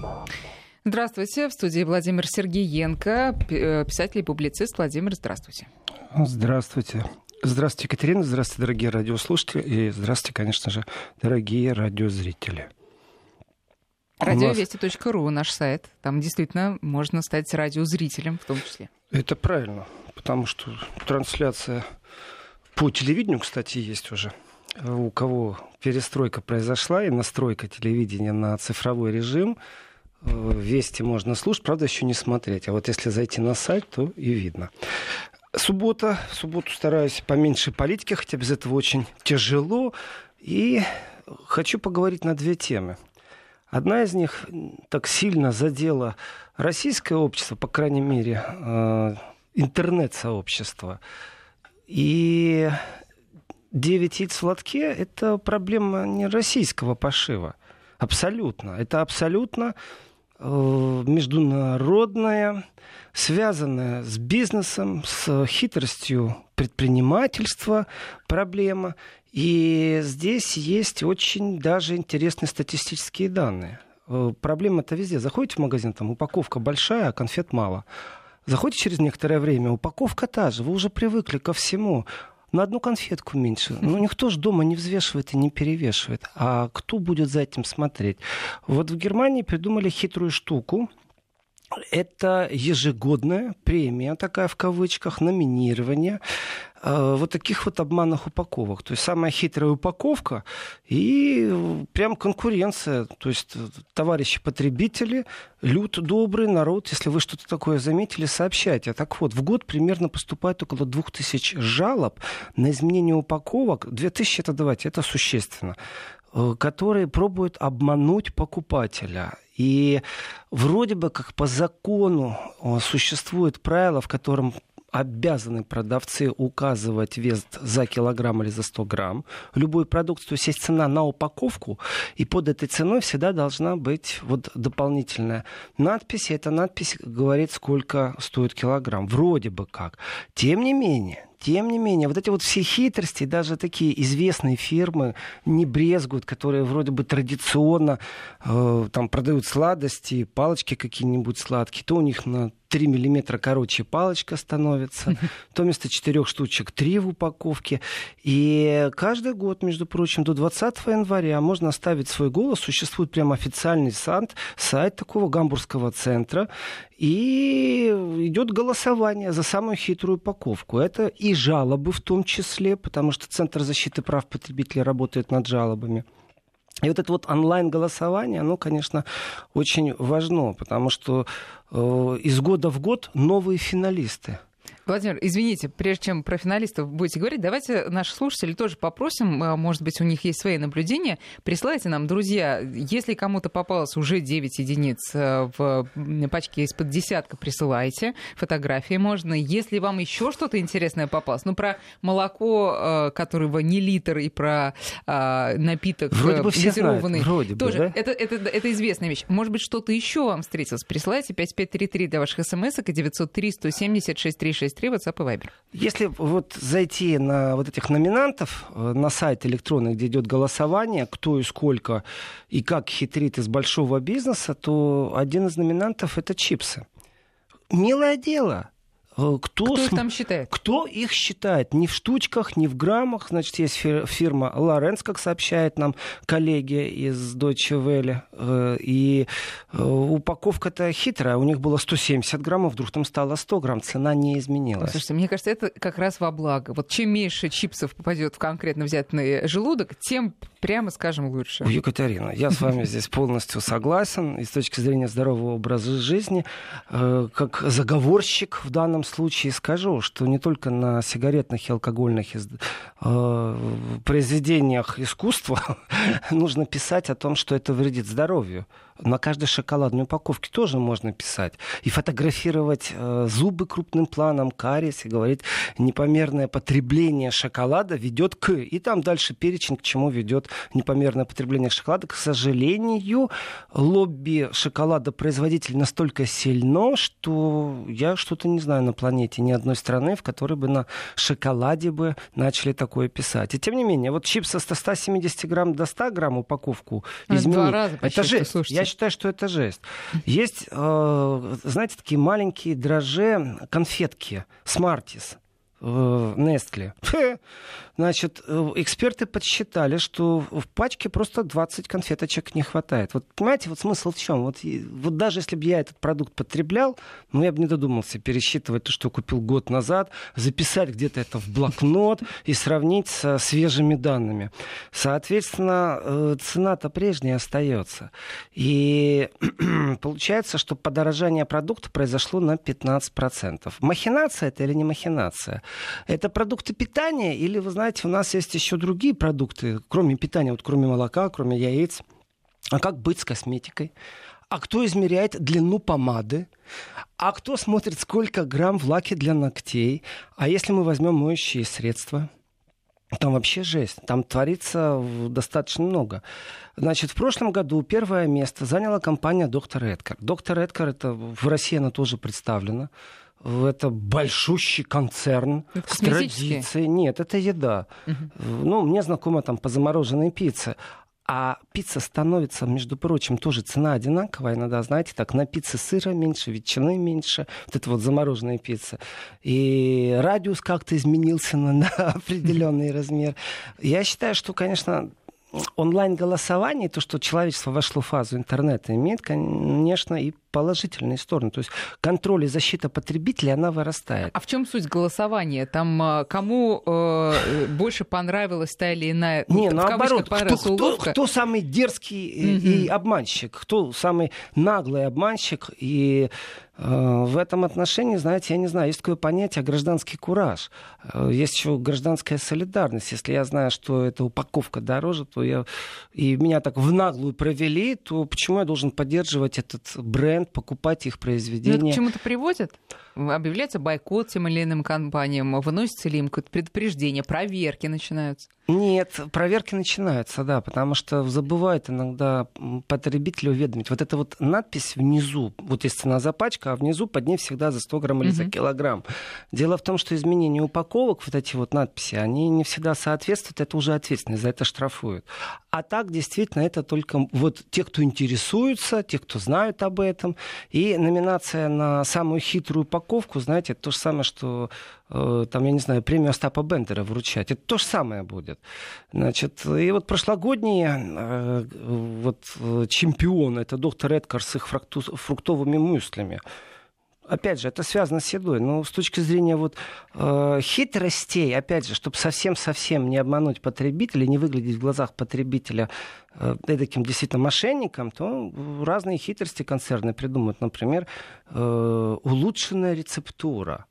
Здравствуйте. В студии Владимир Сергеенко, писатель и публицист. Владимир, здравствуйте. Здравствуйте. Здравствуйте, Екатерина. Здравствуйте, дорогие радиослушатели. И здравствуйте, конечно же, дорогие радиозрители. Радиовести.ру, наш сайт. Там действительно можно стать радиозрителем в том числе. Это правильно, потому что трансляция по телевидению, кстати, есть уже. У кого перестройка произошла и настройка телевидения на цифровой режим, Вести можно слушать, правда, еще не смотреть. А вот если зайти на сайт, то и видно. Суббота. В субботу стараюсь поменьше политики, хотя без этого очень тяжело. И хочу поговорить на две темы. Одна из них так сильно задела российское общество, по крайней мере, интернет-сообщество. И 9 яиц в лотке – это проблема не российского пошива. Абсолютно. Это абсолютно международная, связанная с бизнесом, с хитростью предпринимательства проблема. И здесь есть очень даже интересные статистические данные. Проблема-то везде. Заходите в магазин, там упаковка большая, а конфет мало. Заходите через некоторое время, упаковка та же, вы уже привыкли ко всему. На одну конфетку меньше. Ну, никто же дома не взвешивает и не перевешивает. А кто будет за этим смотреть? Вот в Германии придумали хитрую штуку. Это ежегодная премия, такая в кавычках, номинирование вот таких вот обманных упаковок. То есть самая хитрая упаковка и прям конкуренция. То есть товарищи потребители, люд добрый народ, если вы что-то такое заметили, сообщайте. Так вот, в год примерно поступает около 2000 жалоб на изменение упаковок. 2000 это давайте, это существенно. Которые пробуют обмануть покупателя. И вроде бы как по закону существует правило, в котором обязаны продавцы указывать вес за килограмм или за 100 грамм. Любой продукт, то есть есть цена на упаковку, и под этой ценой всегда должна быть вот дополнительная надпись. И эта надпись говорит, сколько стоит килограмм. Вроде бы как. Тем не менее, вот эти вот все хитрости, даже такие известные фирмы не брезгуют, которые вроде бы традиционно там продают сладости, палочки какие-нибудь сладкие, то у них на 3 миллиметра короче палочка становится, то вместо 4 штучек 3 в упаковке. И каждый год, между прочим, до 20 января можно оставить свой голос. Существует прямо официальный сайт такого гамбургского центра. И идет голосование за самую хитрую упаковку. Это и жалобы в том числе, потому что Центр защиты прав потребителей работает над жалобами. И вот это вот онлайн-голосование, оно, конечно, очень важно, потому что из года в год новые финалисты. Владимир, извините, прежде чем про финалистов будете говорить, давайте наших слушателей тоже попросим, может быть, у них есть свои наблюдения. Присылайте нам, друзья, если кому-то попалось уже 9 единиц в пачке из-под десятка, присылайте. Фотографии можно. Если вам еще что-то интересное попалось, ну, про молоко, которого не литр, и про напиток газированный, тоже, да? Это известная вещь. Может быть, что-то еще вам встретилось. Присылайте 5533 для ваших смс-ок и 903-170-6363. WhatsApp и Viber. Если вот зайти на вот этих номинантов, на сайт электронный, где идет голосование, кто и сколько и как хитрит из большого бизнеса, то один из номинантов — это чипсы. Милое дело. Кто их там считает? Кто их считает? Не в штучках, не в граммах. Значит, есть фирма Лоренц, как сообщает нам коллеги из Deutsche Welle. И упаковка-то хитрая. У них было 170 граммов, вдруг там стало 100 грамм. Цена не изменилась. Слушайте, мне кажется, это как раз во благо. Вот чем меньше чипсов попадет в конкретно взятый желудок, тем, прямо скажем, лучше. Екатерина, я с вами здесь полностью согласен. И с точки зрения здорового образа жизни, как заговорщик в данном случае скажу, что не только на сигаретных и алкогольных произведениях искусства нужно писать о том, что это вредит здоровью. На каждой шоколадной упаковке тоже можно писать. И фотографировать зубы крупным планом, кариес, и говорить, непомерное потребление шоколада ведет к... И там дальше перечень, к чему ведет непомерное потребление шоколада. К сожалению, лобби шоколадопроизводителей настолько сильно, что я что-то не знаю на планете ни одной страны, в которой бы на шоколаде бы начали такое писать. И тем не менее, вот чипсы со 170 грамм до 100 грамм упаковку изменить. Два раза почти, это же, слушайте. считаю, что это жесть. Есть, знаете, такие маленькие дрожжи, конфетки, Smarties. Nestle. Значит, эксперты подсчитали, что в пачке просто 20 конфеточек не хватает. Вот понимаете, вот смысл в чем? Вот даже если бы я этот продукт потреблял, я бы не додумался пересчитывать то, что купил год назад, записать где-то это в блокнот и сравнить со свежими данными. Соответственно, цена-то прежняя остается. И получается, что подорожание продукта произошло на 15%. Махинация это или не махинация? Это продукты питания или, вы знаете, у нас есть еще другие продукты, кроме питания, вот кроме молока, кроме яиц. А как быть с косметикой? А кто измеряет длину помады? А кто смотрит, сколько грамм в лаке для ногтей? А если мы возьмем моющие средства? Там вообще жесть. Там творится достаточно много. Значит, в прошлом году первое место заняла компания «Доктор Эдгар». «Доктор Эдгар» — это в России она тоже представлена. Это большущий концерн это с традицией. Нет, это еда. Мне знакомо там по замороженной пицце. А пицца становится, между прочим, тоже цена одинаковая. Иногда, знаете, так, на пицце сыра меньше, ветчины меньше. Вот это вот замороженная пицца. И радиус как-то изменился на определенный размер. Я считаю, что, конечно, онлайн-голосование, то, что человечество вошло в фазу интернета, имеет, конечно, и положительные стороны. То есть контроль и защита потребителей, она вырастает. А в чем суть голосования? Там кому больше понравилась та или иная... наоборот, кто самый дерзкий и обманщик, кто самый наглый обманщик. И в этом отношении, знаете, я не знаю, есть такое понятие гражданский кураж. Есть еще гражданская солидарность. Если я знаю, что эта упаковка дороже, то и меня так в наглую провели, то почему я должен поддерживать этот бренд, покупать их произведения? Это к чему-то приводит? Объявляется бойкот тем или иным компаниям? Выносится ли им какое-то предупреждение? Проверки начинаются? Нет, проверки начинаются, да, потому что забывают иногда потребителя уведомить. Вот эта вот надпись внизу, вот есть цена за пачку, а внизу под ней всегда за 100 грамм или за килограмм. Дело в том, что изменение упаковок, вот эти вот надписи, они не всегда соответствуют, это уже ответственность, за это штрафуют. А так, действительно, это только вот те, кто интересуется, те, кто знают об этом. И номинация на самую хитрую упаковку, знаете, это то же самое, что там, я не знаю, премию Остапа Бендера вручать. Это то же самое будет. Значит, и вот прошлогодние чемпион, это доктор Эдгар с их фруктовыми мюслями. Опять же, это связано с едой. Но с точки зрения хитростей, опять же, чтобы совсем-совсем не обмануть потребителя, не выглядеть в глазах потребителя таким действительно мошенником, то разные хитрости концерны придумывают. Например, улучшенная рецептура.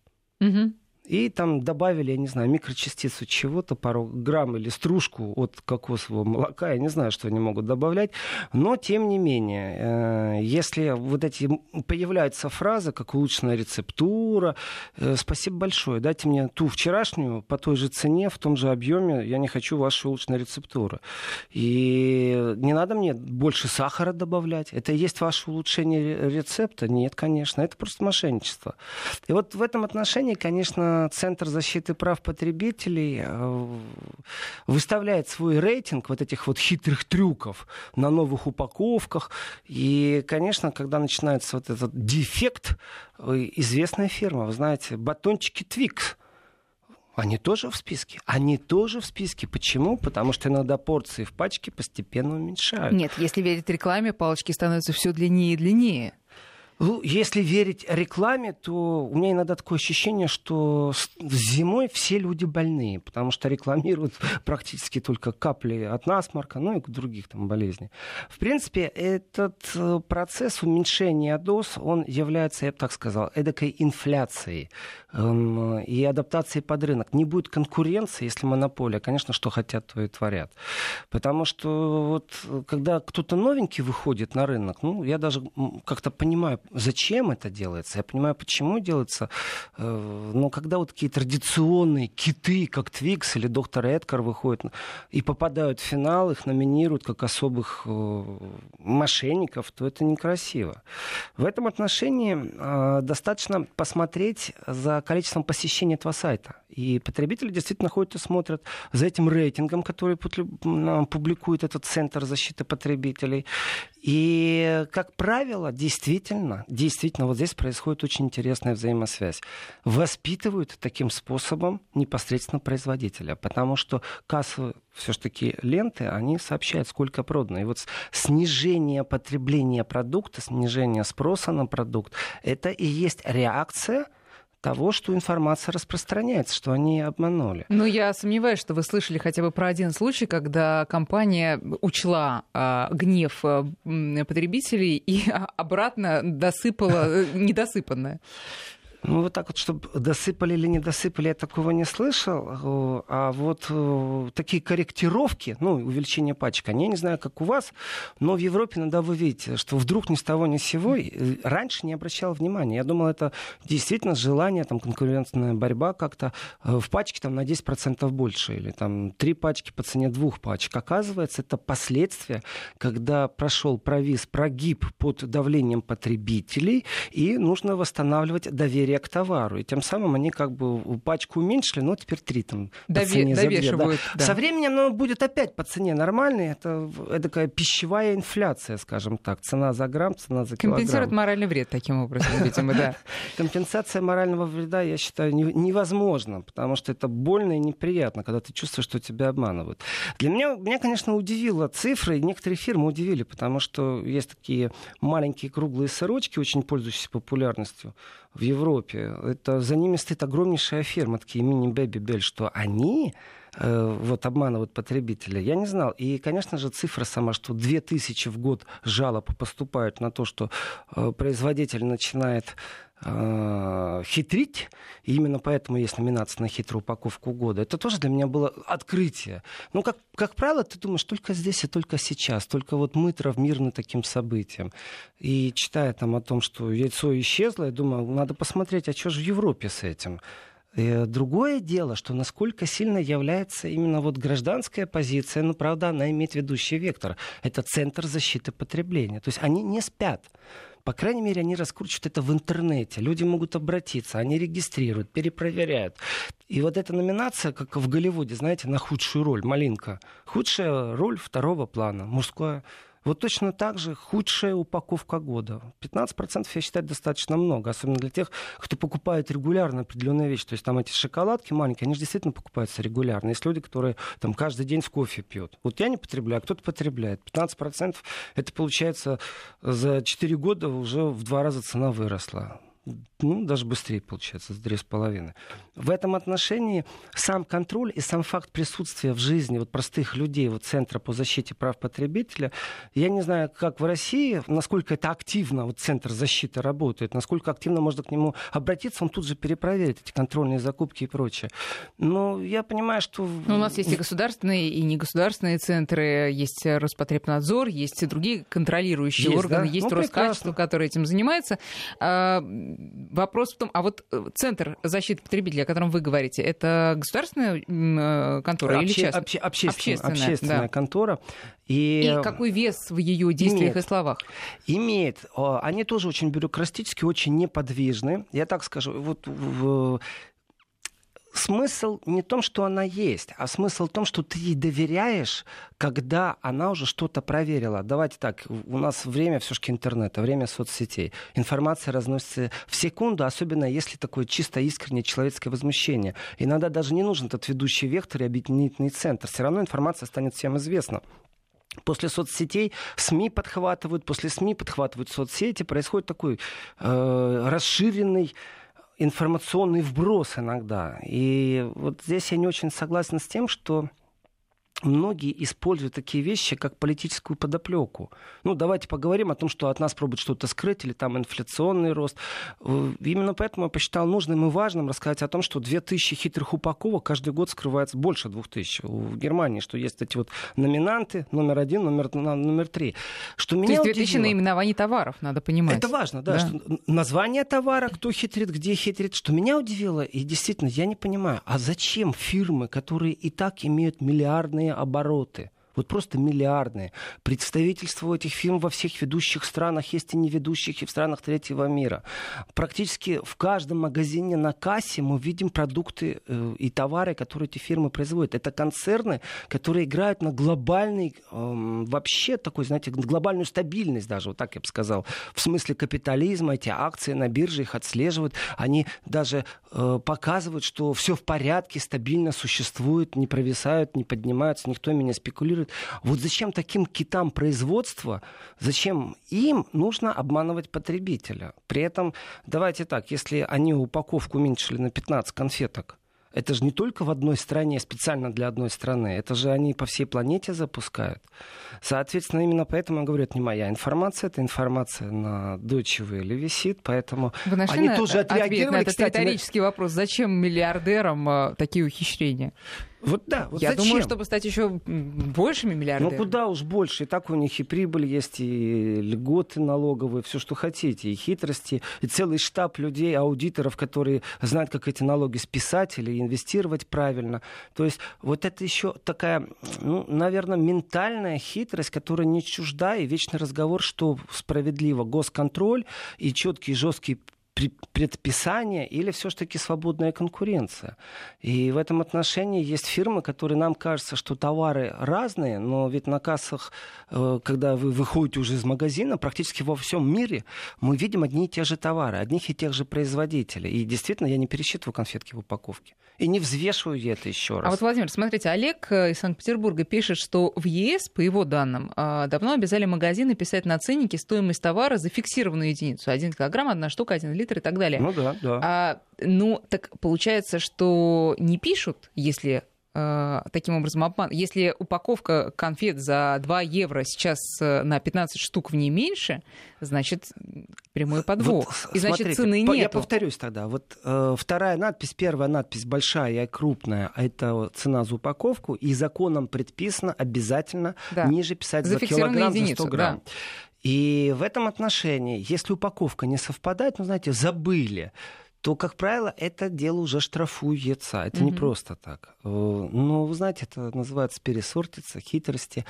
И там добавили, я не знаю, микрочастицу чего-то, пару грамм или стружку от кокосового молока. Я не знаю, что они могут добавлять. Но, тем не менее, если вот эти появляются фразы, как улучшенная рецептура, спасибо большое. Дайте мне ту вчерашнюю по той же цене, в том же объеме. Я не хочу вашу улучшенную рецептуру. И не надо мне больше сахара добавлять. Это и есть ваше улучшение рецепта? Нет, конечно. Это просто мошенничество. И вот в этом отношении, конечно, Центр защиты прав потребителей выставляет свой рейтинг вот этих вот хитрых трюков на новых упаковках. И, конечно, когда начинается вот этот дефект, известная фирма, вы знаете, батончики Twix, они тоже в списке. Они тоже в списке. Почему? Потому что иногда порции в пачке постепенно уменьшают. Нет, если верить рекламе, палочки становятся все длиннее и длиннее. Если верить рекламе, то у меня иногда такое ощущение, что зимой все люди больные, потому что рекламируют практически только капли от насморка, и других там болезней. В принципе, этот процесс уменьшения доз, он является, я бы так сказал, эдакой инфляцией и адаптацией под рынок. Не будет конкуренции, если монополия, конечно, что хотят, то и творят. Потому что когда кто-то новенький выходит на рынок, я даже как-то понимаю, зачем это делается? Я понимаю, почему делается. Но когда такие традиционные киты, как Twix или доктор Эдгар, выходят и попадают в финал, их номинируют как особых мошенников, то это некрасиво. В этом отношении достаточно посмотреть за количеством посещений этого сайта. И потребители действительно ходят и смотрят за этим рейтингом, который публикует этот Центр защиты потребителей. И, как правило, действительно, вот здесь происходит очень интересная взаимосвязь. Воспитывают таким способом непосредственно производителя, потому что кассовые все-таки ленты, они сообщают, сколько продано. И вот снижение потребления продукта, снижение спроса на продукт, это и есть реакция того, что информация распространяется, что они обманули. Но я сомневаюсь, что вы слышали хотя бы про один случай, когда компания учла гнев потребителей и обратно досыпала недосыпанное. Ну, вот так вот, чтобы досыпали или не досыпали, я такого не слышал. А вот такие корректировки, увеличение пачек, я не знаю, как у вас, но в Европе иногда вы видите, что вдруг ни с того ни с сего, раньше не обращал внимания. Я думал, это действительно желание, конкурентная борьба как-то в пачке на 10% больше, или 3 пачки по цене 2 пачек. Оказывается, это последствия, когда прошел прогиб под давлением потребителей, и нужно восстанавливать доверие к товару. И тем самым они пачку уменьшили, но теперь 3 по цене за 2. Да. Со временем оно будет опять по цене нормальной. Это такая пищевая инфляция, скажем так. Цена за грамм, цена за килограмм. Компенсирует моральный вред таким образом, видимо, да. Компенсация морального вреда, я считаю, невозможна, потому что это больно и неприятно, когда ты чувствуешь, что тебя обманывают. Меня, конечно, удивила цифра, и некоторые фирмы удивили, потому что есть такие маленькие круглые сырочки, очень пользующиеся популярностью в Европе. За ними стоит огромнейшая фирма, такие мини-бэби-бель, что они обманывают потребителя. Я не знал. И, конечно же, цифра сама, что 2000 в год жалоб поступают на то, что производитель начинает хитрить, и именно поэтому есть номинация на хитрую упаковку года. Это тоже для меня было открытие. Как правило, ты думаешь, только здесь и только сейчас, только мы травмированы таким событием. И читая о том, что яйцо исчезло, я думаю, надо посмотреть, а что же в Европе с этим? Другое дело, что насколько сильно является именно гражданская позиция, правда, она имеет ведущий вектор. Это Центр защиты потребления. То есть они не спят. По крайней мере, они раскручивают это в интернете. Люди могут обратиться, они регистрируют, перепроверяют. И эта номинация, как в Голливуде, знаете, на худшую роль, малинка. Худшая роль 2-го плана, мужская. Точно так же худшая упаковка года. 15%, я считаю, достаточно много. Особенно для тех, кто покупает регулярно определенные вещи. То есть эти шоколадки маленькие, они же действительно покупаются регулярно. Есть люди, которые каждый день в кофе пьют. Я не потребляю, а кто-то потребляет. 15% это получается за 4 года уже в 2 раза цена выросла. Даже быстрее получается, с 3,5. В этом отношении сам контроль и сам факт присутствия в жизни простых людей Центра по защите прав потребителя, я не знаю, как в России, насколько это активно Центр защиты работает, насколько активно можно к нему обратиться, он тут же перепроверит эти контрольные закупки и прочее. Но я понимаю, что... У нас есть и государственные, и негосударственные центры, есть Роспотребнадзор, есть и другие контролирующие органы, да? Есть Роскачество, которое этим занимается. Вопрос в том, Центр защиты потребителей, о котором вы говорите, это государственная контора или частная? Общественная контора. И какой вес в ее действиях и словах? Имеет. Они тоже очень бюрократически, очень неподвижны. Я так скажу, смысл не в том, что она есть, а смысл в том, что ты ей доверяешь, когда она уже что-то проверила. Давайте так, у нас время все-таки интернета, время соцсетей. Информация разносится в секунду, особенно если такое чисто искреннее человеческое возмущение. Иногда даже не нужен этот ведущий вектор и объединительный центр. Все равно информация станет всем известна. После соцсетей СМИ подхватывают, после СМИ подхватывают соцсети. Происходит такой расширенный информационный вброс иногда. И здесь я не очень согласен с тем, что многие используют такие вещи, как политическую подоплеку. Давайте поговорим о том, что от нас пробуют что-то скрыть, или инфляционный рост. Именно поэтому я посчитал нужным и важным рассказать о том, что 2000 хитрых упаковок каждый год скрывается, больше 2000 в Германии, что есть эти номинанты, номер 1, номер 3. Что То есть 2000 наименований товаров, надо понимать. Это важно, да. Что название товара, кто хитрит, где хитрит. Что меня удивило, и действительно, я не понимаю, а зачем фирмы, которые и так имеют миллиардные обороты, Вот просто миллиардные. Представительства этих фирм во всех ведущих странах, есть и не ведущих, и в странах третьего мира. Практически в каждом магазине на кассе мы видим продукты и товары, которые эти фирмы производят. Это концерны, которые играют на глобальный, вообще такой, знаете, глобальную стабильность даже, вот так я бы сказал. В смысле капитализма, эти акции на бирже их отслеживают. Они даже показывают, что все в порядке, стабильно существует, не провисают, не поднимаются, никто ими не спекулирует. Вот зачем таким китам производства, зачем им нужно обманывать потребителя? При этом, давайте так, если они упаковку уменьшили на 15 конфеток, это же не только в одной стране, специально для одной страны. Это же они по всей планете запускают. Соответственно, именно поэтому я говорю, это не моя информация, это информация на Deutsche Welle висит, поэтому они тоже отреагировали. На этот риторический вопрос. Зачем миллиардерам такие ухищрения? Вот да, вот я зачем? думаю, чтобы стать еще большими миллиардерами. Ну куда уж больше. И так у них и прибыль есть, и льготы налоговые, все, что хотите, и хитрости, и целый штаб людей, аудиторов, которые знают, как эти налоги списать или инвестировать правильно. То есть вот это еще такая, ну, наверное, ментальная хитрость, которая не чужда, и вечный разговор, что справедливо, госконтроль и четкие, жесткие предписания или все-таки свободная конкуренция. И в этом отношении есть фирмы, которые нам кажется, что товары разные, но ведь на кассах, когда вы выходите уже из магазина, практически во всем мире мы видим одни и те же товары, одних и тех же производителей. И действительно, я не пересчитываю конфетки в упаковке. И не взвешиваю я это еще раз. А вот, Владимир, смотрите, Олег из Санкт-Петербурга пишет, что в ЕС, по его данным, давно обязали магазины писать на ценнике стоимость товара за фиксированную единицу. 1 килограмм, 1 штука, 1 литр и так далее. Ну да, да. Ну, так получается, что не пишут, если таким образом обман. Если упаковка конфет за 2 евро сейчас на 15 штук в ней меньше, значит, прямой подвох. Вот, и значит, смотрите, цены нет. Я повторюсь тогда. Вот вторая надпись, первая надпись большая и крупная, это цена за упаковку, и законом предписано обязательно ниже писать за килограмм, единицу, за 100 грамм. Да. И в этом отношении, если упаковка не совпадает, ну, знаете, забыли, то, как правило, это дело уже штрафуется. Это не просто так. Но, вы знаете, это называется пересортиться, хитрости.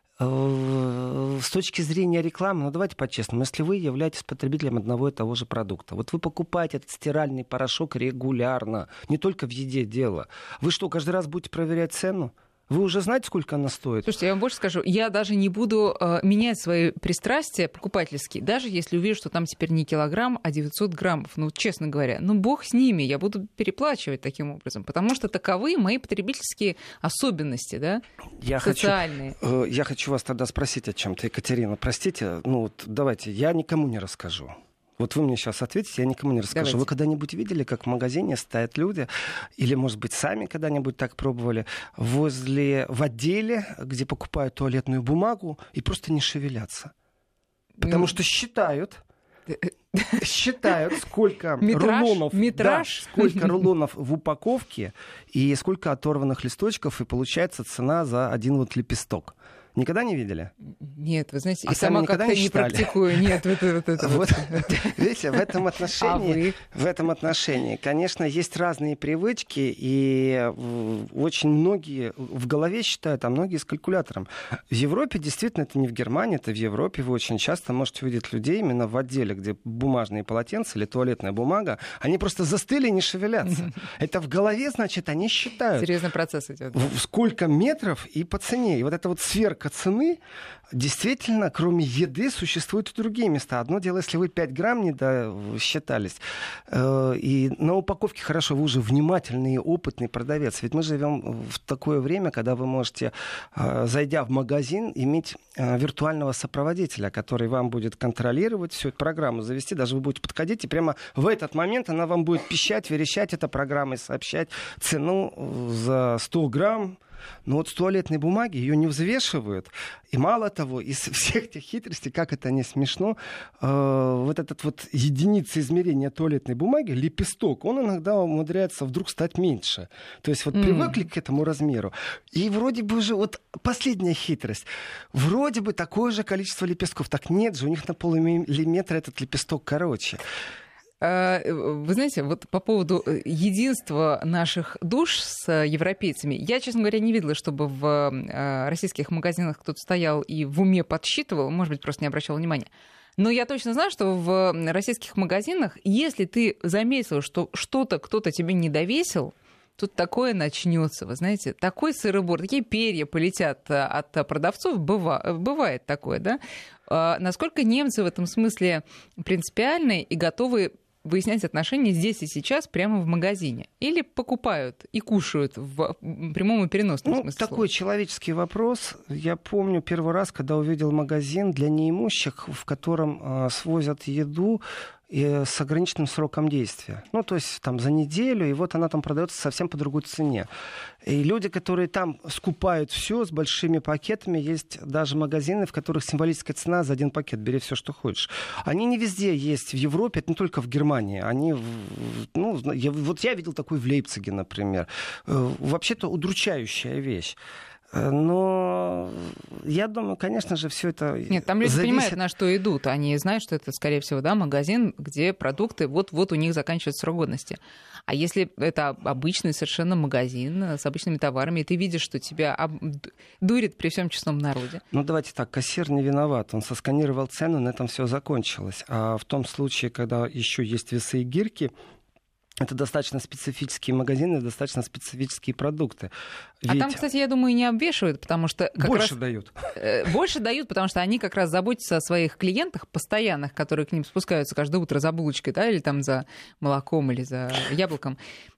С точки зрения рекламы, ну давайте по-честному, если вы являетесь потребителем одного и того же продукта, вот вы покупаете этот стиральный порошок регулярно, не только в еде дело, вы что, каждый раз будете проверять цену? Вы уже знаете, сколько она стоит? Слушайте, я вам больше скажу. Я даже не буду менять свои пристрастия покупательские, даже если увижу, что там теперь не килограмм, а 900 граммов. Ну, честно говоря, ну, бог с ними. Я буду переплачивать таким образом, потому что таковы мои потребительские особенности, да, социальные. Я хочу вас тогда спросить о чем-то, Екатерина. Простите, ну вот давайте, я никому не расскажу. Вот вы мне сейчас ответите, я никому не расскажу. Давайте. Вы когда-нибудь видели, как в магазине стоят люди, или, может быть, сами когда-нибудь так пробовали, в отделе, где покупают туалетную бумагу, и просто не шевелятся? Потому что считают, сколько сколько рулонов в упаковке и сколько оторванных листочков, и получается цена за один вот лепесток. Никогда не видели? Нет, вы знаете, и сама как-то не практикую. Нет, вот. Видите, в этом отношении, конечно, есть разные привычки, и очень многие в голове считают, а многие с калькулятором. В Европе, действительно, это не в Германии, это в Европе. Вы очень часто можете увидеть людей именно в отделе, где бумажные полотенца или туалетная бумага, они просто застыли и не шевелятся. Это в голове, значит, они считают. Серьезный процесс идет. Сколько метров и по цене. И вот это вот сверка цены, действительно, кроме еды, существуют и другие места. Одно дело, если вы 5 грамм не досчитались, и на упаковке хорошо, вы уже внимательный и опытный продавец. Ведь мы живем в такое время, когда вы можете, зайдя в магазин, иметь виртуального сопроводителя, который вам будет контролировать всю эту программу, завести. Даже вы будете подходить, и прямо в этот момент она вам будет пищать, верещать, эта программа, и сообщать цену за 100 грамм. Но вот с туалетной бумаги ее не взвешивают. И мало того, из всех этих хитростей, как это не смешно, вот этот вот единица измерения туалетной бумаги, лепесток, он иногда умудряется вдруг стать меньше. То есть вот привыкли к этому размеру. И вроде бы уже, вот последняя хитрость, вроде бы такое же количество лепестков. Так нет же, у них на полмиллиметра этот лепесток короче. Вы знаете, вот по поводу единства наших душ с европейцами, я, честно говоря, не видела, чтобы в российских магазинах кто-то стоял и в уме подсчитывал, может быть, просто не обращал внимания. Но я точно знаю, что в российских магазинах, если ты заметил, что что-то кто-то тебе не довесил, тут такое начнется, вы знаете, такой сырбор, такие перья полетят от продавцов, бывает такое, да? Насколько немцы в этом смысле принципиальны и готовы выяснять отношения здесь и сейчас прямо в магазине? Или покупают и кушают в прямом и переносном смысле такой слова? человеческий вопрос. Я помню первый раз, когда увидел магазин для неимущих, в котором свозят еду с ограниченным сроком действия. То есть там за неделю, и вот она там продается совсем по другой цене. И люди, которые там скупают все с большими пакетами, есть даже магазины, в которых символическая цена за один пакет, бери все, что хочешь. Они не везде есть в Европе, это не только в Германии. Они, я видел такой в Лейпциге, например. Вообще-то удручающая вещь. Но я думаю, конечно же, все это Нет, там люди понимают, на что идут. Они знают, что это, скорее всего, магазин, где продукты вот у них заканчивается срок годности. А если это обычный совершенно магазин с обычными товарами, и ты видишь, что тебя дурит при всем честном народе. Давайте так, кассир не виноват. Он сосканировал цену, на этом все закончилось. А в том случае, когда еще есть весы и гирьки, это достаточно специфические магазины, достаточно специфические продукты. А там, кстати, я думаю, не обвешивают, потому что... Больше дают. Больше дают, потому что они как раз заботятся о своих клиентах постоянных, которые к ним спускаются каждое утро за булочкой, да, или там за молоком, или за яблоком.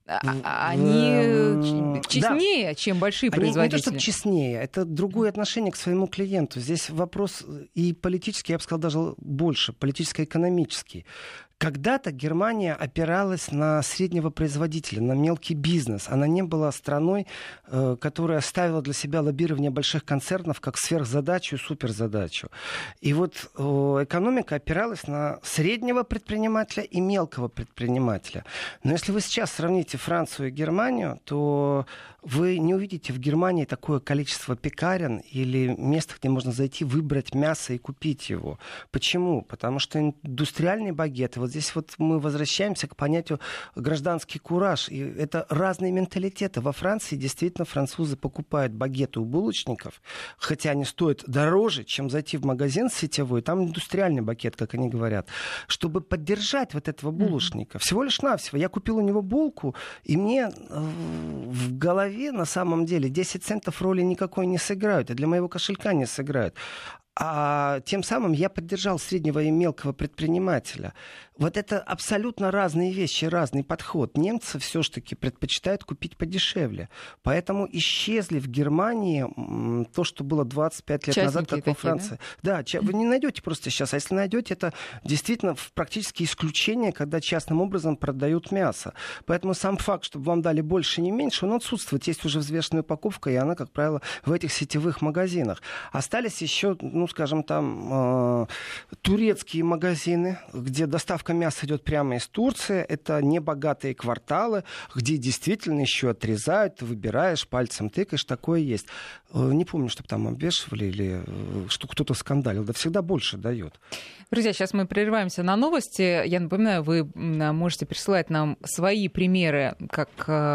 Они честнее, чем большие производители. Не то, чтобы честнее, это другое отношение к своему клиенту. Здесь вопрос и политический, я бы сказал, даже больше, политическо-экономический. Когда-то Германия опиралась на среднего производителя, на мелкий бизнес. Она не была страной, которая ставила для себя лоббирование больших концернов как сверхзадачу и суперзадачу. И вот экономика опиралась на среднего предпринимателя и мелкого предпринимателя. Но если вы сейчас сравните Францию и Германию, то вы не увидите в Германии такое количество пекарен или мест, где можно зайти, выбрать мясо и купить его. Почему? Потому что индустриальные багеты, вот здесь вот мы возвращаемся к понятию гражданский кураж. И это разные менталитеты. Во Франции действительно французы покупают багеты у булочников, хотя они стоят дороже, чем зайти в магазин сетевой. Там индустриальный багет, как они говорят. Чтобы поддержать вот этого булочника. Всего лишь навсего. Я купил у него булку, и мне в голове на самом деле 10 центов роли никакой не сыграют, и для моего кошелька не сыграют. А тем самым я поддержал среднего и мелкого предпринимателя. Вот это абсолютно разные вещи, разный подход. Немцы все-таки предпочитают купить подешевле. Поэтому исчезли в Германии то, что было 25 лет назад, как во Франции. Да, вы не найдете просто сейчас. А если найдете, это действительно практически исключение, когда частным образом продают мясо. Поэтому сам факт, чтобы вам дали больше, не меньше, он отсутствует. Есть уже взвешенная упаковка, и она, как правило, в этих сетевых магазинах. Остались еще, скажем, там турецкие магазины, где доставка мяса идет прямо из Турции. Это небогатые кварталы, где действительно еще отрезают, ты выбираешь, пальцем тыкаешь, такое есть. Не помню, чтобы там обвешивали или что кто-то скандалил. Да всегда больше дает. Друзья, сейчас мы прерываемся на новости. Я напоминаю, вы можете присылать нам свои примеры, как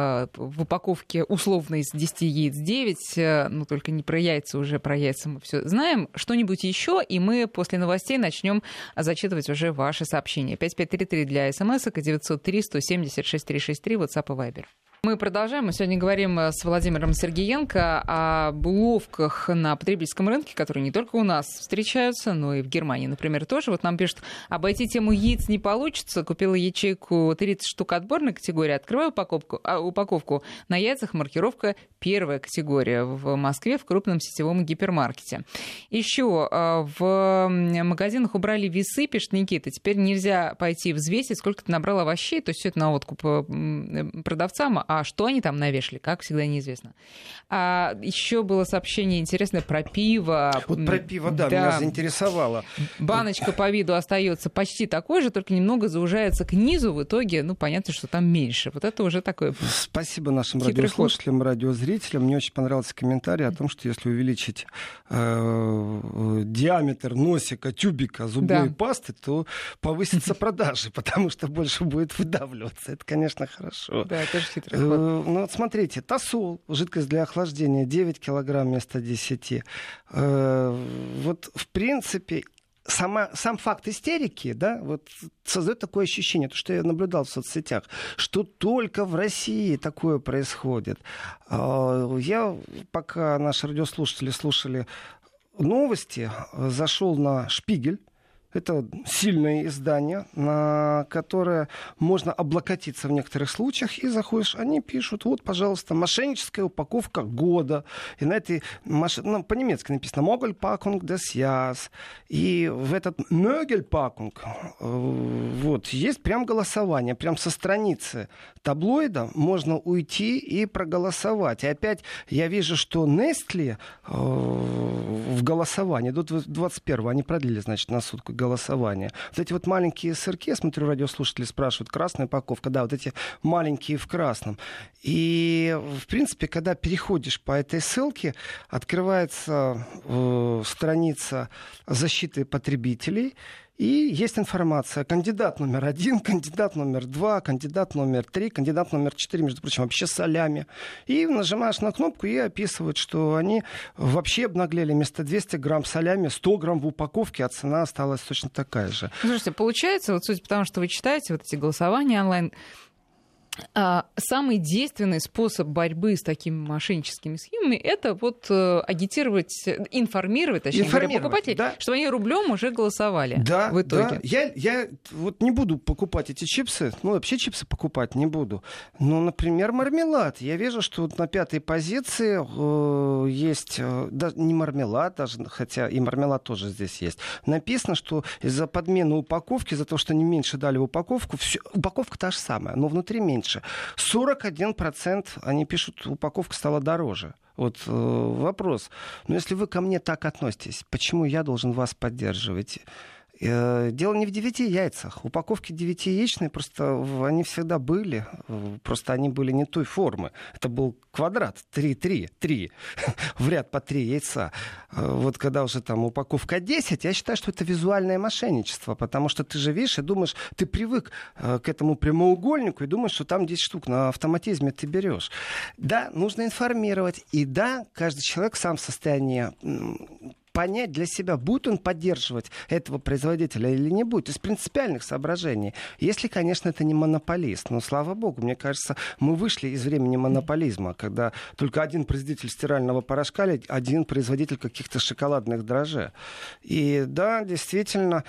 в упаковке условно из 10 яиц 9, но только не про яйца, уже про яйца мы все знаем. Что-нибудь еще, и мы после новостей начнем зачитывать уже ваши сообщения. 5533 для смс-ок и 903-170-6363, WhatsApp и Viber. Мы продолжаем. Мы сегодня говорим с Владимиром Сергеенко об уловках на потребительском рынке, которые не только у нас встречаются, но и в Германии, например, тоже. Вот нам пишут, обойти тему яиц не получится. Купила ячейку 30 штук отборной категории. Открываю упаковку. На яйцах маркировка первая категория в Москве в крупном сетевом гипермаркете. Еще в магазинах убрали весы, пишет Никита. Теперь нельзя пойти взвесить, сколько ты набрал овощей. То есть все это на откуп продавцам. А что они там навешали, как всегда, неизвестно. А еще было сообщение интересное про пиво. Вот про пиво, да, меня заинтересовало. Баночка по виду остается почти такой же, только немного заужается к низу. В итоге, понятно, что там меньше. Вот это уже такое. Спасибо нашим радиослушателям, радиозрителям. Мне очень понравился комментарий о том, что если увеличить диаметр носика, тюбика зубной пасты, то повысятся продажи, потому что больше будет выдавливаться. Это, конечно, хорошо. Да, тоже хитрый ход. Ну вот смотрите, Тосол, жидкость для охлаждения, 9 килограмм вместо 10. Вот в принципе сам факт истерики, да, вот создает такое ощущение, то, что я наблюдал в соцсетях, что только в России такое происходит. Я, пока наши радиослушатели слушали новости, зашел на «Шпигель». Это сильное издание, на которое можно облокотиться в некоторых случаях, и заходишь, они пишут, вот, пожалуйста, мошенническая упаковка года. И на этой по-немецки написано «Mögelpackung des Jahres». И в этот «Mögelpackung» вот, есть прям голосование, прям со страницы таблоида можно уйти и проголосовать. И опять я вижу, что Nestle в голосовании до 21-го, они продлили, значит, на сутку голосования. Вот эти вот маленькие сырки, я смотрю, радиослушатели спрашивают, красная упаковка, да, вот эти маленькие в красном. И, в принципе, когда переходишь по этой ссылке, открывается страница защиты потребителей, и есть информация. Кандидат номер 1, кандидат номер 2, кандидат номер 3, кандидат номер 4, между прочим, вообще солями. И нажимаешь на кнопку и описывают, что они вообще обнаглели. Вместо 200 грамм солями 100 грамм в упаковке, а цена осталась точно такая же. Слушайте, получается, вот судя по тому, что вы читаете, вот эти голосования онлайн, самый действенный способ борьбы с такими мошенническими схемами — это вот агитировать, информировать, точнее говоря, покупателей, да, чтобы они рублем уже голосовали, да, в итоге. Да. Я вот не буду покупать эти чипсы, вообще чипсы покупать не буду. Но, например, мармелад. Я вижу, что вот на 5-й позиции есть, да, не мармелад даже, хотя и мармелад тоже здесь есть. Написано, что из-за подмены упаковки, за то, что они меньше дали в упаковку, упаковка та же самая, но внутри меньше. 41% они пишут, упаковка стала дороже. Вот вопрос. Но если вы ко мне так относитесь, почему я должен вас поддерживать? Дело не в 9 яйцах. Упаковки 9-яичные, просто они всегда были. Просто они были не той формы. Это был квадрат. 3 в ряд по 3 яйца. Вот когда уже там упаковка 10, я считаю, что это визуальное мошенничество. Потому что ты же видишь и думаешь, ты привык к этому прямоугольнику и думаешь, что там 10 штук на автоматизме ты берешь. Да, нужно информировать. И да, каждый человек сам в состоянии понять для себя, будет он поддерживать этого производителя или не будет, из принципиальных соображений. Если, конечно, это не монополист. Но, слава богу, мне кажется, мы вышли из времени монополизма, когда только один производитель стирального порошка или один производитель каких-то шоколадных дрожжей. И да, действительно,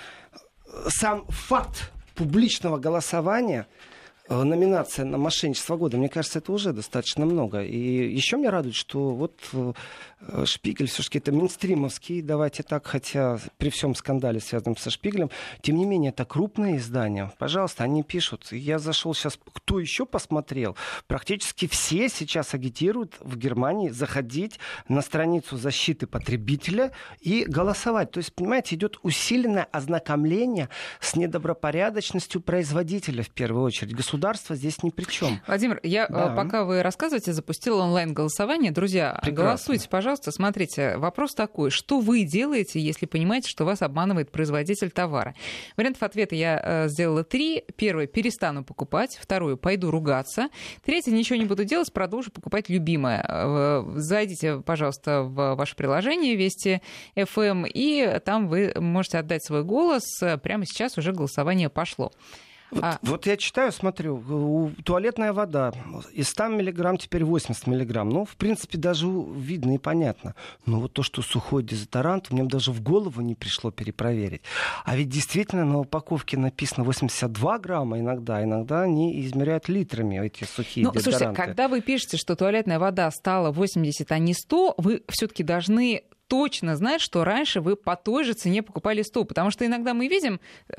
сам факт публичного голосования, номинация на мошенничество года, мне кажется, это уже достаточно много. И еще меня радует, что вот Шпигель все-таки это мейнстримовский, давайте так, хотя при всем скандале, связанном со Шпигелем, тем не менее, это крупное издание. Пожалуйста, они пишут. Я зашел сейчас, кто еще посмотрел? Практически все сейчас агитируют в Германии заходить на страницу защиты потребителя и голосовать. То есть, понимаете, идет усиленное ознакомление с недобропорядочностью производителя в первую очередь. Государство здесь ни при чем. Владимир, я, пока вы рассказываете, запустила онлайн-голосование. Друзья, голосуйте, пожалуйста. Смотрите, вопрос такой. Что вы делаете, если понимаете, что вас обманывает производитель товара? Вариантов ответа я сделала 3. Первое — перестану покупать. Второе — пойду ругаться. Третье — ничего не буду делать, продолжу покупать любимое. Зайдите, пожалуйста, в ваше приложение Вести ФМ, и там вы можете отдать свой голос. Прямо сейчас уже голосование пошло. Вот я читаю, смотрю, туалетная вода из 100 миллиграмм теперь 80 миллиграмм. Ну, в принципе, даже видно и понятно. Но вот то, что сухой дезодорант, мне даже в голову не пришло перепроверить. А ведь действительно на упаковке написано 82 грамма иногда они измеряют литрами эти сухие дезодоранты. Слушайте, когда вы пишете, что туалетная вода стала 80, а не 100, вы все-таки должны точно знать, что раньше вы по той же цене покупали стол. Потому что иногда мы видим,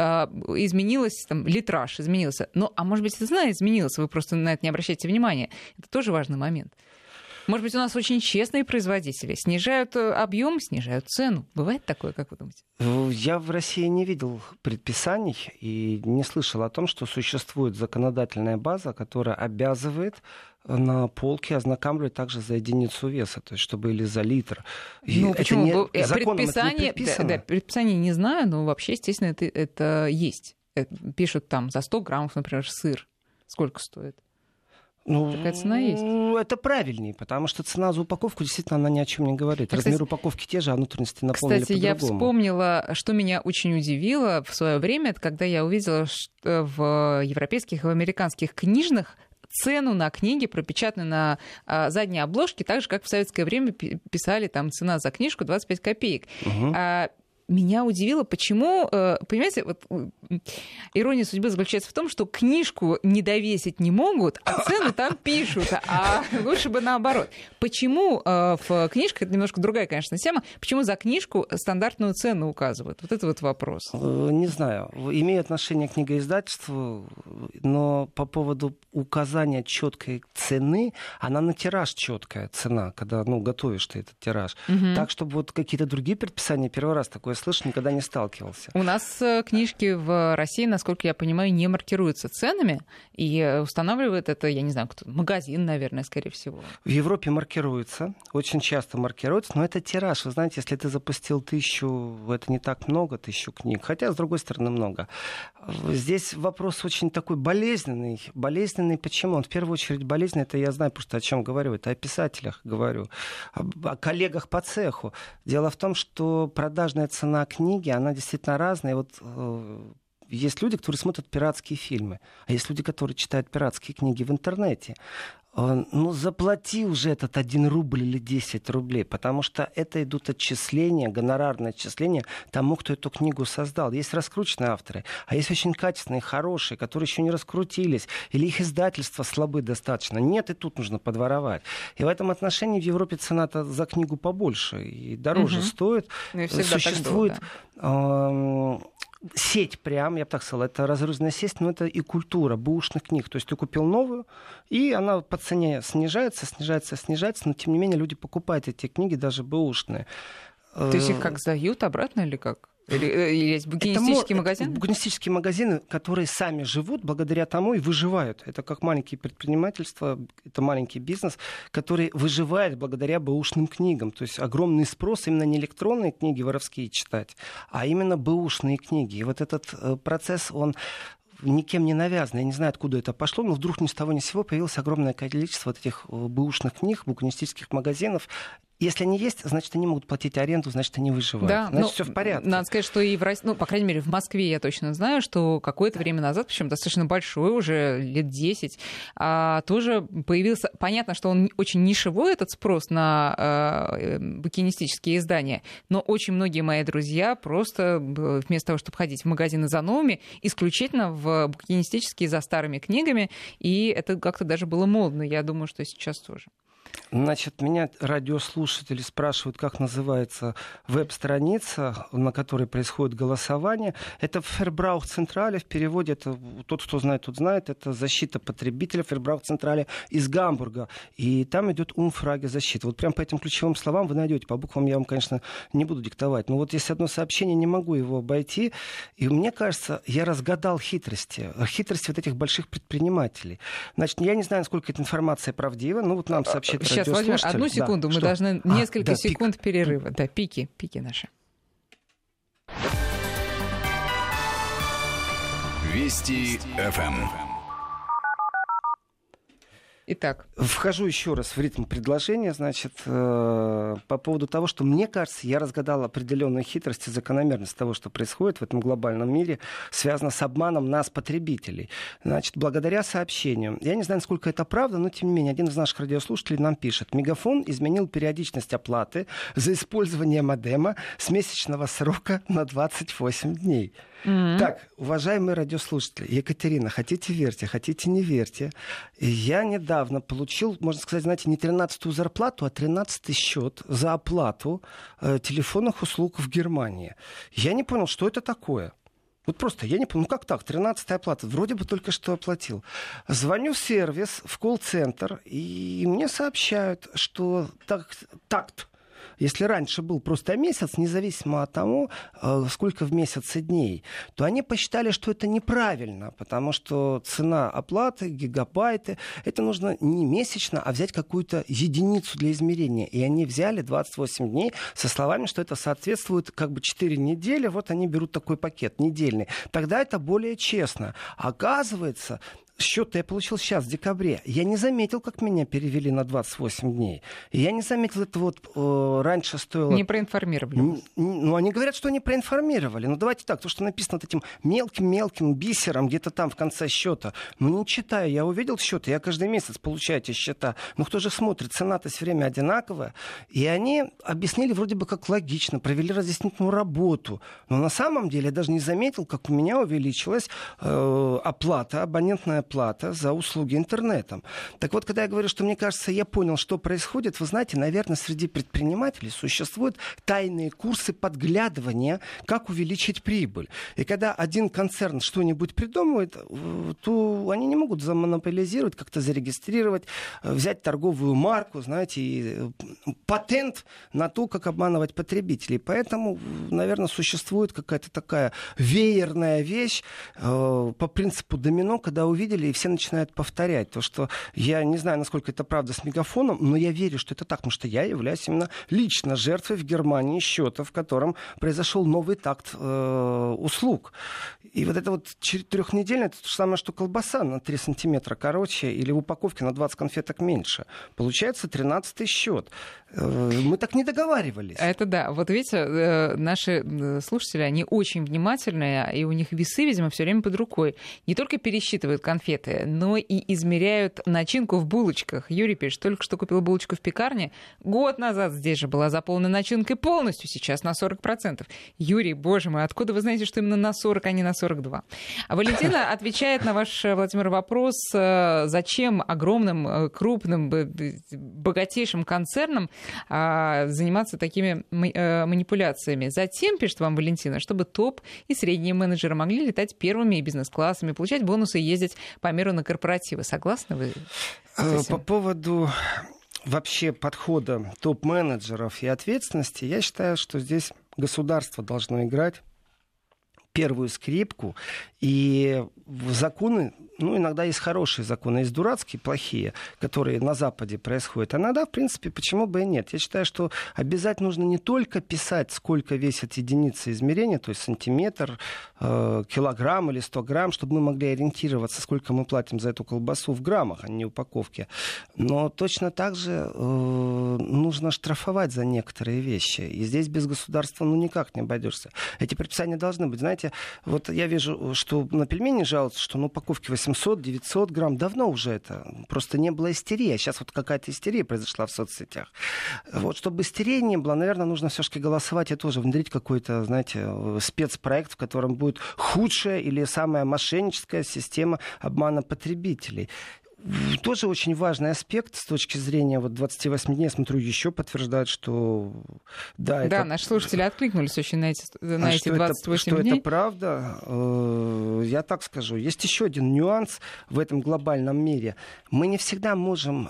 изменилось, там, литраж изменился. Ну, а может быть, цена изменилась, вы просто на это не обращаете внимания. Это тоже важный момент. Может быть, у нас очень честные производители. Снижают объем, снижают цену. Бывает такое, как вы думаете? Я в России не видел предписаний и не слышал о том, что существует законодательная база, которая обязывает на полке ознакомливать также за единицу веса, то есть чтобы или за литр. Ну, почему? Предписание, предписание не знаю, но вообще, естественно, это есть. Пишут там за 100 граммов, например, сыр. Сколько стоит? Такая цена есть. Это правильнее, потому что цена за упаковку действительно она ни о чем не говорит. Размер упаковки те же, а внутренности наполнены по-другому. Кстати, я вспомнила, что меня очень удивило в свое время, это когда я увидела, что в европейских и в американских книжных цену на книги пропечатаны на задней обложке, так же, как в советское время писали там цена за книжку 25 копеек. Угу. Меня удивило, почему, понимаете, вот ирония судьбы заключается в том, что книжку не довесить не могут, а цену там пишут, а лучше бы наоборот. Почему в книжках, это немножко другая, конечно, тема, почему за книжку стандартную цену указывают? Вот это вот вопрос. Не знаю, имею отношение к книгоиздательству, но по поводу указания четкой цены, она на тираж четкая цена, когда готовишь ты этот тираж. Угу. Так, чтобы вот какие-то другие предписания, первый раз такое слышу, никогда не сталкивался. У нас книжки в России, насколько я понимаю, не маркируются ценами, и устанавливает это, я не знаю, кто, магазин, наверное, скорее всего. В Европе маркируется, очень часто маркируется, но это тираж. Вы знаете, если ты запустил 1000, это не так много, 1000 книг, хотя, с другой стороны, много. Здесь вопрос очень такой болезненный. Болезненный почему? Он в первую очередь болезненный, это я знаю просто о чем говорю, это о писателях говорю, о коллегах по цеху. Дело в том, что продажная цена книги, она действительно разная. Вот есть люди, которые смотрят пиратские фильмы, а есть люди, которые читают пиратские книги в интернете. Заплати уже этот 1 рубль или 10 рублей, потому что это идут отчисления, гонорарные отчисления тому, кто эту книгу создал. Есть раскрученные авторы, а есть очень качественные, хорошие, которые еще не раскрутились, или их издательства слабы достаточно. Нет, и тут нужно подворовать. И в этом отношении в Европе цена-то за книгу побольше и дороже стоит. Существует сеть прям, я бы так сказал, это разрозненная сеть, но это и культура бэушных книг. То есть ты купил новую, и она по цене снижается, но тем не менее люди покупают эти книги, даже бэушные. То есть их как сдают обратно или как? Или есть букинистические магазины? Это букинистические магазины, которые сами живут благодаря тому и выживают. Это как маленькие предпринимательства, это маленький бизнес, который выживает благодаря бэушным книгам. То есть огромный спрос именно не электронные книги воровские читать, а именно бэушные книги. И вот этот процесс, он никем не навязан. Я не знаю, откуда это пошло, но вдруг ни с того ни с сего появилось огромное количество вот этих бэушных книг, букинистических магазинов. Если они есть, значит, они могут платить аренду, значит, они выживают. Да, значит, все в порядке. Надо сказать, что и в России, по крайней мере, в Москве я точно знаю, что какое-то время назад, причем достаточно большой, уже лет 10, тоже появился... Понятно, что он очень нишевой, этот спрос на букинистические издания, но очень многие мои друзья просто вместо того, чтобы ходить в магазины за новыми, исключительно в букинистические за старыми книгами, и это как-то даже было модно. Я думаю, что сейчас тоже. Значит, меня радиослушатели спрашивают, как называется веб-страница, на которой происходит голосование. Это Verbrauchzentrale, в переводе, это тот, кто знает, тот знает, это защита потребителя Verbrauchzentrale из Гамбурга. И там идет Umfrage защита. Вот прям по этим ключевым словам вы найдете. По буквам я вам, конечно, не буду диктовать. Но вот есть одно сообщение, не могу его обойти. И мне кажется, я разгадал хитрости вот этих больших предпринимателей. Значит, я не знаю, насколько эта информация правдива, но вот нам сообщит Сейчас, Владимир, одну секунду, мы должны несколько секунд перерыва. Да, пики наши. Вести ФМ. Итак. Вхожу еще раз в ритм предложения, значит, по поводу того, что, мне кажется, я разгадал определенную хитрость и закономерность того, что происходит в этом глобальном мире, связано с обманом нас, потребителей. Значит, благодаря сообщению, я не знаю, насколько это правда, но, тем не менее, один из наших радиослушателей нам пишет: Мегафон изменил периодичность оплаты за использование модема с месячного срока на 28 дней. Так, уважаемые радиослушатели, Екатерина, хотите верьте, хотите не верьте. Я недавно получил, можно сказать, знаете, не 13-ю зарплату, а 13-й счет за оплату телефонных услуг в Германии. Я не понял, что это такое. Вот просто я не понял, ну как так, 13-я оплата, вроде бы только что оплатил. Звоню в сервис, в колл-центр, и мне сообщают, что такт. Если раньше был просто месяц, независимо от того, сколько в месяце дней, то они посчитали, что это неправильно, потому что цена оплаты, гигабайты, это нужно не месячно, а взять какую-то единицу для измерения. И они взяли 28 дней со словами, что это соответствует как бы 4 недели, вот они берут такой пакет недельный. Тогда это более честно. Оказывается, счет я получил сейчас, в декабре. Я не заметил, как меня перевели на 28 дней. Я не заметил, это вот раньше стоило... Не проинформировали. Ну, они говорят, что они проинформировали. Ну, давайте так, то, что написано вот этим мелким-мелким бисером где-то там в конце счета. Ну, не читаю. Я увидел счет, я каждый месяц получаю эти счета. Ну, кто же смотрит? Цена-то все время одинаковая. И они объяснили вроде бы как логично, провели разъяснительную работу. Но на самом деле я даже не заметил, как у меня увеличилась оплата, абонентная плата за услуги интернетом. Так вот, когда я говорю, что мне кажется, я понял, что происходит, вы знаете, наверное, среди предпринимателей существуют тайные курсы подглядывания, как увеличить прибыль. И когда один концерн что-нибудь придумывает, то они не могут замонополизировать, как-то зарегистрировать, взять торговую марку, знаете, патент на то, как обманывать потребителей. Поэтому, наверное, существует какая-то такая веерная вещь по принципу домино, когда увидели, и все начинают повторять. То, что я не знаю, насколько это правда с Мегафоном, но я верю, что это так, потому что я являюсь именно лично жертвой в Германии счета, в котором произошел новый такт услуг. И вот это вот трехнедельное, это то же самое, что колбаса на 3 сантиметра короче или в упаковке на 20 конфеток меньше. Получается 13-й счет. Мы так не договаривались. Это да. Вот видите, наши слушатели, они очень внимательные, и у них весы, видимо, все время под рукой. Не только пересчитывают конфеты, но и измеряют начинку в булочках. Юрий пишет, только что купил булочку в пекарне. Год назад здесь же была заполнена начинкой полностью, сейчас на 40%. Юрий, боже мой, откуда вы знаете, что именно на 40, а не на 42? А Валентина отвечает на ваш, Владимир, вопрос, зачем огромным, крупным, богатейшим концернам заниматься такими манипуляциями. Затем, пишет вам Валентина, чтобы топ и средние менеджеры могли летать первыми и бизнес-классами, получать бонусы и ездить по миру на корпоративы. Согласны вы с этим? По поводу вообще подхода топ-менеджеров и ответственности, я считаю, что здесь государство должно играть первую скрипку, и законы, ну, иногда есть хорошие законы, есть дурацкие, плохие, которые на Западе происходят. А иногда, в принципе, почему бы и нет? Я считаю, что обязательно нужно не только писать, сколько весит единица измерения, то есть сантиметр, килограмм или 100 грамм, чтобы мы могли ориентироваться, сколько мы платим за эту колбасу в граммах, а не в упаковке. Но точно так же нужно штрафовать за некоторые вещи. И здесь без государства никак не обойдешься. Эти предписания должны быть. Знаете, вот я вижу, что на пельмени жалуются, что на упаковке 800-900 грамм. Давно уже это. Просто не было истерии. А сейчас вот какая-то истерия произошла в соцсетях. Вот, чтобы истерии не было, наверное, нужно все-таки голосовать и тоже внедрить какой-то, знаете, спецпроект, в котором будет худшая или самая мошенническая система обмана потребителей. Тоже очень важный аспект с точки зрения вот 28 дней, я смотрю, еще подтверждает, что да, да, это... наши слушатели откликнулись очень на эти 28 дней. Что это правда, я так скажу. Есть еще один нюанс в этом глобальном мире. Мы не всегда можем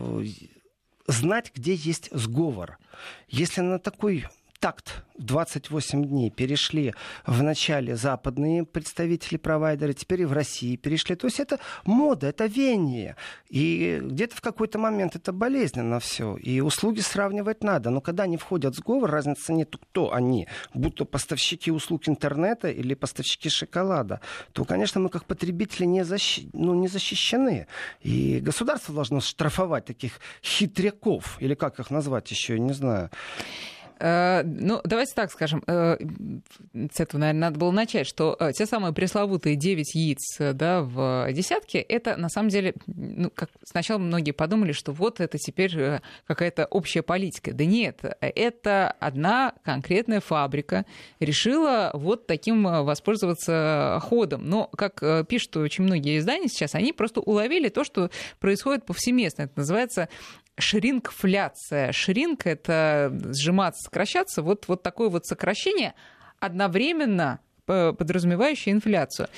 знать, где есть сговор. Если на такой такт 28 дней перешли в начале западные представители провайдеры, теперь и в России перешли. То есть это мода, это веяние. И где-то в какой-то момент это болезненно все. И услуги сравнивать надо. Но когда они входят в сговор, разницы нет, кто они. Будто поставщики услуг интернета или поставщики шоколада. То, конечно, мы как потребители не защищены. И государство должно штрафовать таких хитряков. Или как их назвать еще, я не знаю. Ну, давайте так скажем, с этого, наверное, надо было начать, что те самые пресловутые 9 яиц, да, в десятке, это на самом деле, ну, как сначала многие подумали, что вот это теперь какая-то общая политика. Да нет, это одна конкретная фабрика решила вот таким воспользоваться ходом. Но, как пишут очень многие издания сейчас, они просто уловили то, что происходит повсеместно. Это называется шрингфляция. Шринг — это сжиматься, сокращаться. Вот такое вот сокращение одновременно подразумевающее инфляцию.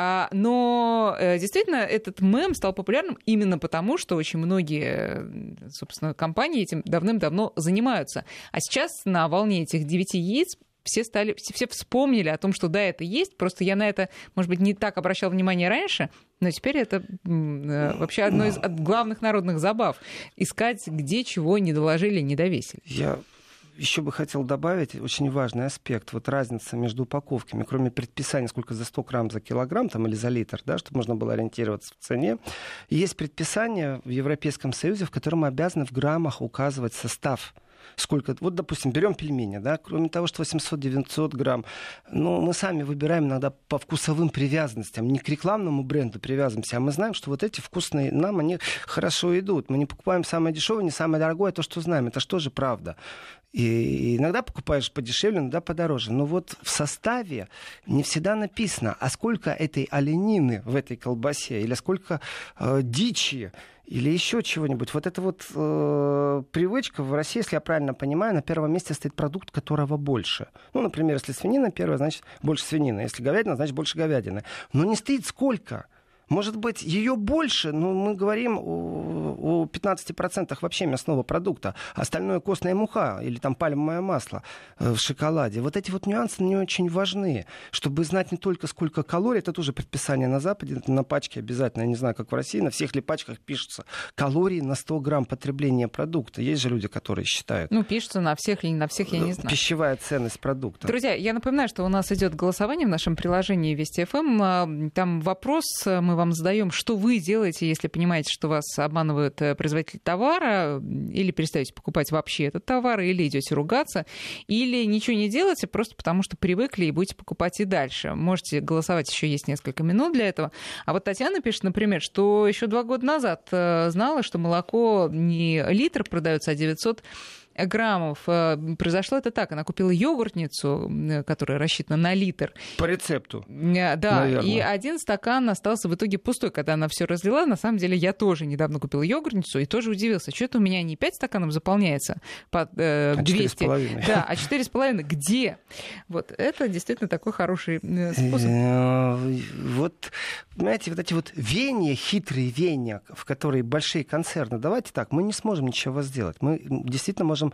Но действительно этот мем стал популярным именно потому, что очень многие, собственно, компании этим давным-давно занимаются. А сейчас на волне этих 9 яиц все вспомнили о том, что да, это есть. Просто я на это, может быть, не так обращал внимание раньше, но теперь это вообще одно из главных народных забав. Искать, где чего не доложили, не довесили. Я еще бы хотел добавить очень важный аспект. Вот разница между упаковками. Кроме предписания, сколько за 100 грамм за килограмм там, или за литр, да, чтобы можно было ориентироваться в цене, есть предписание в Европейском Союзе, в котором мы обязаны в граммах указывать состав. Сколько, вот, допустим, берем пельмени, да, кроме того, что 800-900 грамм, но мы сами выбираем иногда по вкусовым привязанностям, не к рекламному бренду привязываемся, а мы знаем, что вот эти вкусные нам, они хорошо идут. Мы не покупаем самое дешевое, не самое дорогое, а то, что знаем. Это что же правда? И иногда покупаешь подешевле, иногда подороже. Но вот в составе не всегда написано, а сколько этой оленины в этой колбасе, или сколько дичи, или еще чего-нибудь. Вот эта вот привычка в России, если я правильно понимаю, на первом месте стоит продукт, которого больше. Ну, например, если свинина первая, значит больше свинины. Если говядина, значит больше говядины. Но не стоит сколько. Может быть, ее больше, но мы говорим о 15% вообще мясного продукта. Остальное костная мука или там пальмовое масло в шоколаде. Вот эти вот нюансы не очень важны. Чтобы знать не только сколько калорий, это тоже предписание на Западе, на пачке обязательно, я не знаю, как в России, на всех ли пачках пишутся калории на 100 грамм потребления продукта. Есть же люди, которые считают. Ну, пишутся на всех или не на всех, я не знаю. Пищевая ценность продукта. Друзья, я напоминаю, что у нас идет голосование в нашем приложении Вести ФМ. Там вопрос мы вам задаем, что вы делаете, если понимаете, что вас обманывает производитель товара, или перестаете покупать вообще этот товар, или идете ругаться, или ничего не делаете просто потому, что привыкли и будете покупать и дальше. Можете голосовать, еще есть несколько минут для этого. А вот Татьяна пишет, например, что еще 2 года назад знала, что молоко не литр продается, а 900 граммов. Произошло это так. Она купила йогуртницу, которая рассчитана на литр. По рецепту. Да, наверное. И 1 стакан остался в итоге пустой. Когда она все разлила, на самом деле я тоже недавно купила йогуртницу и тоже удивился. Что-то у меня не 5 стаканов заполняется под 200. 4,5. Да, а 4,5 где? Вот это действительно такой хороший способ. Вот, понимаете, вот эти вот веяния, хитрые веяния, в которые большие концерны, давайте так, мы не сможем ничего сделать. Мы действительно можем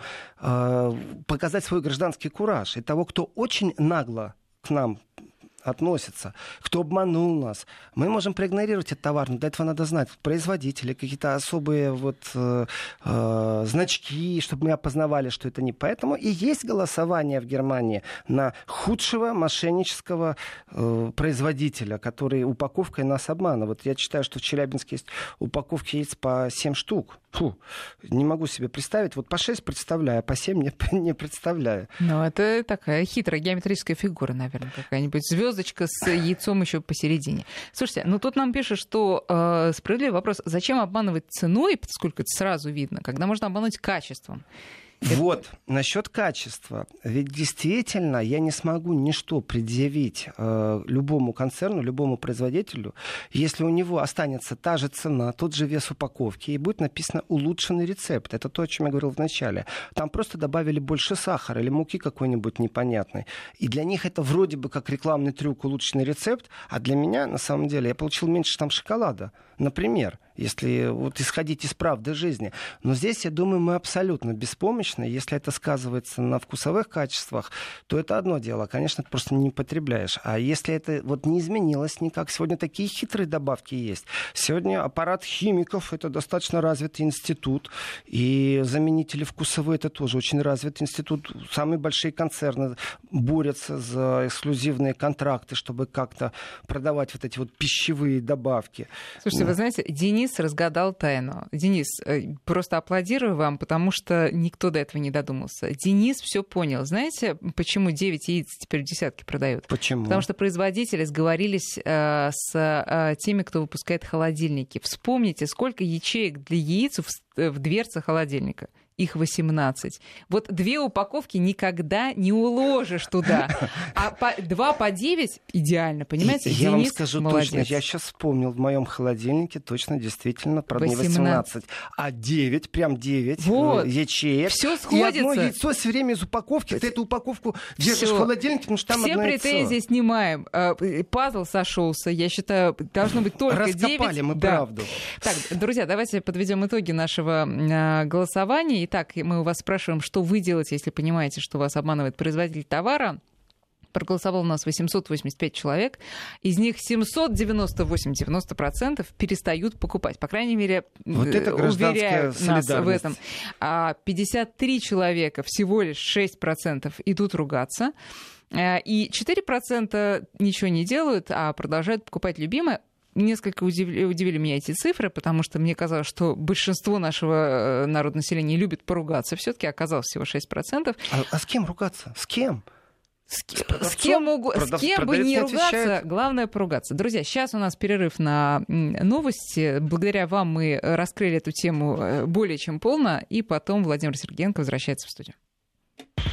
показать свой гражданский кураж. И того, кто очень нагло к нам относится, кто обманул нас, мы можем проигнорировать этот товар, но для этого надо знать производители, какие-то особые вот, значки, чтобы мы опознавали, что это не поэтому. И есть голосование в Германии на худшего мошеннического производителя, который упаковкой нас обманывает. Я читаю, что в Челябинске есть упаковки яиц по 7 штук. Фу, не могу себе представить. Вот по 6 представляю, а по 7 не представляю. Ну, это такая хитрая геометрическая фигура, наверное, какая-нибудь звездочка с яйцом еще посередине. Слушайте, ну тут нам пишут, что справедливый вопрос, зачем обманывать ценой, поскольку это сразу видно, когда можно обмануть качеством? Вот, насчет качества. Ведь действительно я не смогу ничто предъявить любому концерну, любому производителю, если у него останется та же цена, тот же вес упаковки, и будет написано улучшенный рецепт. Это то, о чем я говорил в начале. Там просто добавили больше сахара или муки какой-нибудь непонятной. И для них это вроде бы как рекламный трюк, улучшенный рецепт, а для меня, на самом деле, я получил меньше там шоколада, например, если вот исходить из правды жизни. Но здесь, я думаю, мы абсолютно беспомощны. Если это сказывается на вкусовых качествах, то это одно дело. Конечно, ты просто не потребляешь. А если это вот не изменилось никак, сегодня такие хитрые добавки есть. Сегодня аппарат химиков — это достаточно развитый институт. И заменители вкусовые — это тоже очень развитый институт. Самые большие концерны борются за эксклюзивные контракты, чтобы как-то продавать вот эти вот пищевые добавки. Слушайте, вы знаете, Денис Денис разгадал тайну. Денис, просто аплодирую вам, потому что никто до этого не додумался. Денис все понял. Знаете, почему 9 яиц теперь в десятке продают? Почему? Потому что производители сговорились с теми, кто выпускает холодильники. Вспомните, сколько ячеек для яиц в дверце холодильника. Их 18. Вот 2 упаковки никогда не уложишь туда. А 2 по 9 идеально, понимаете? Я Денис вам скажу молодец. точно, я сейчас вспомнил, в моем холодильнике точно, действительно, правда, не 18, а 9, прям 9 вот. Ячеек. Все сходится. И одно яйцо все время из упаковки. Ты эту упаковку держишь в холодильнике, потому что там все одно претензии яйцо. Снимаем. Пазл сошелся. Я считаю, должно быть только 9. Раскопали мы правду. Так, друзья, давайте подведем итоги нашего голосования. Итак, мы у вас спрашиваем, что вы делаете, если понимаете, что вас обманывает производитель товара. Проголосовало у нас 885 человек. Из них 798-90% перестают покупать. По крайней мере, вот это уверяют нас в солидарность. этом. А 53 человека, всего лишь 6% идут ругаться. И 4% ничего не делают, а продолжают покупать любимое. Несколько удивили меня эти цифры, потому что мне казалось, что большинство нашего народонаселения любит поругаться. Все-таки оказалось всего 6%. А с кем ругаться? С кем? С кем бы не ругаться, отвечает. главное поругаться. Друзья, сейчас у нас перерыв на новости. Благодаря вам мы раскрыли эту тему более чем полно, и потом Владимир Сергеенко возвращается в студию.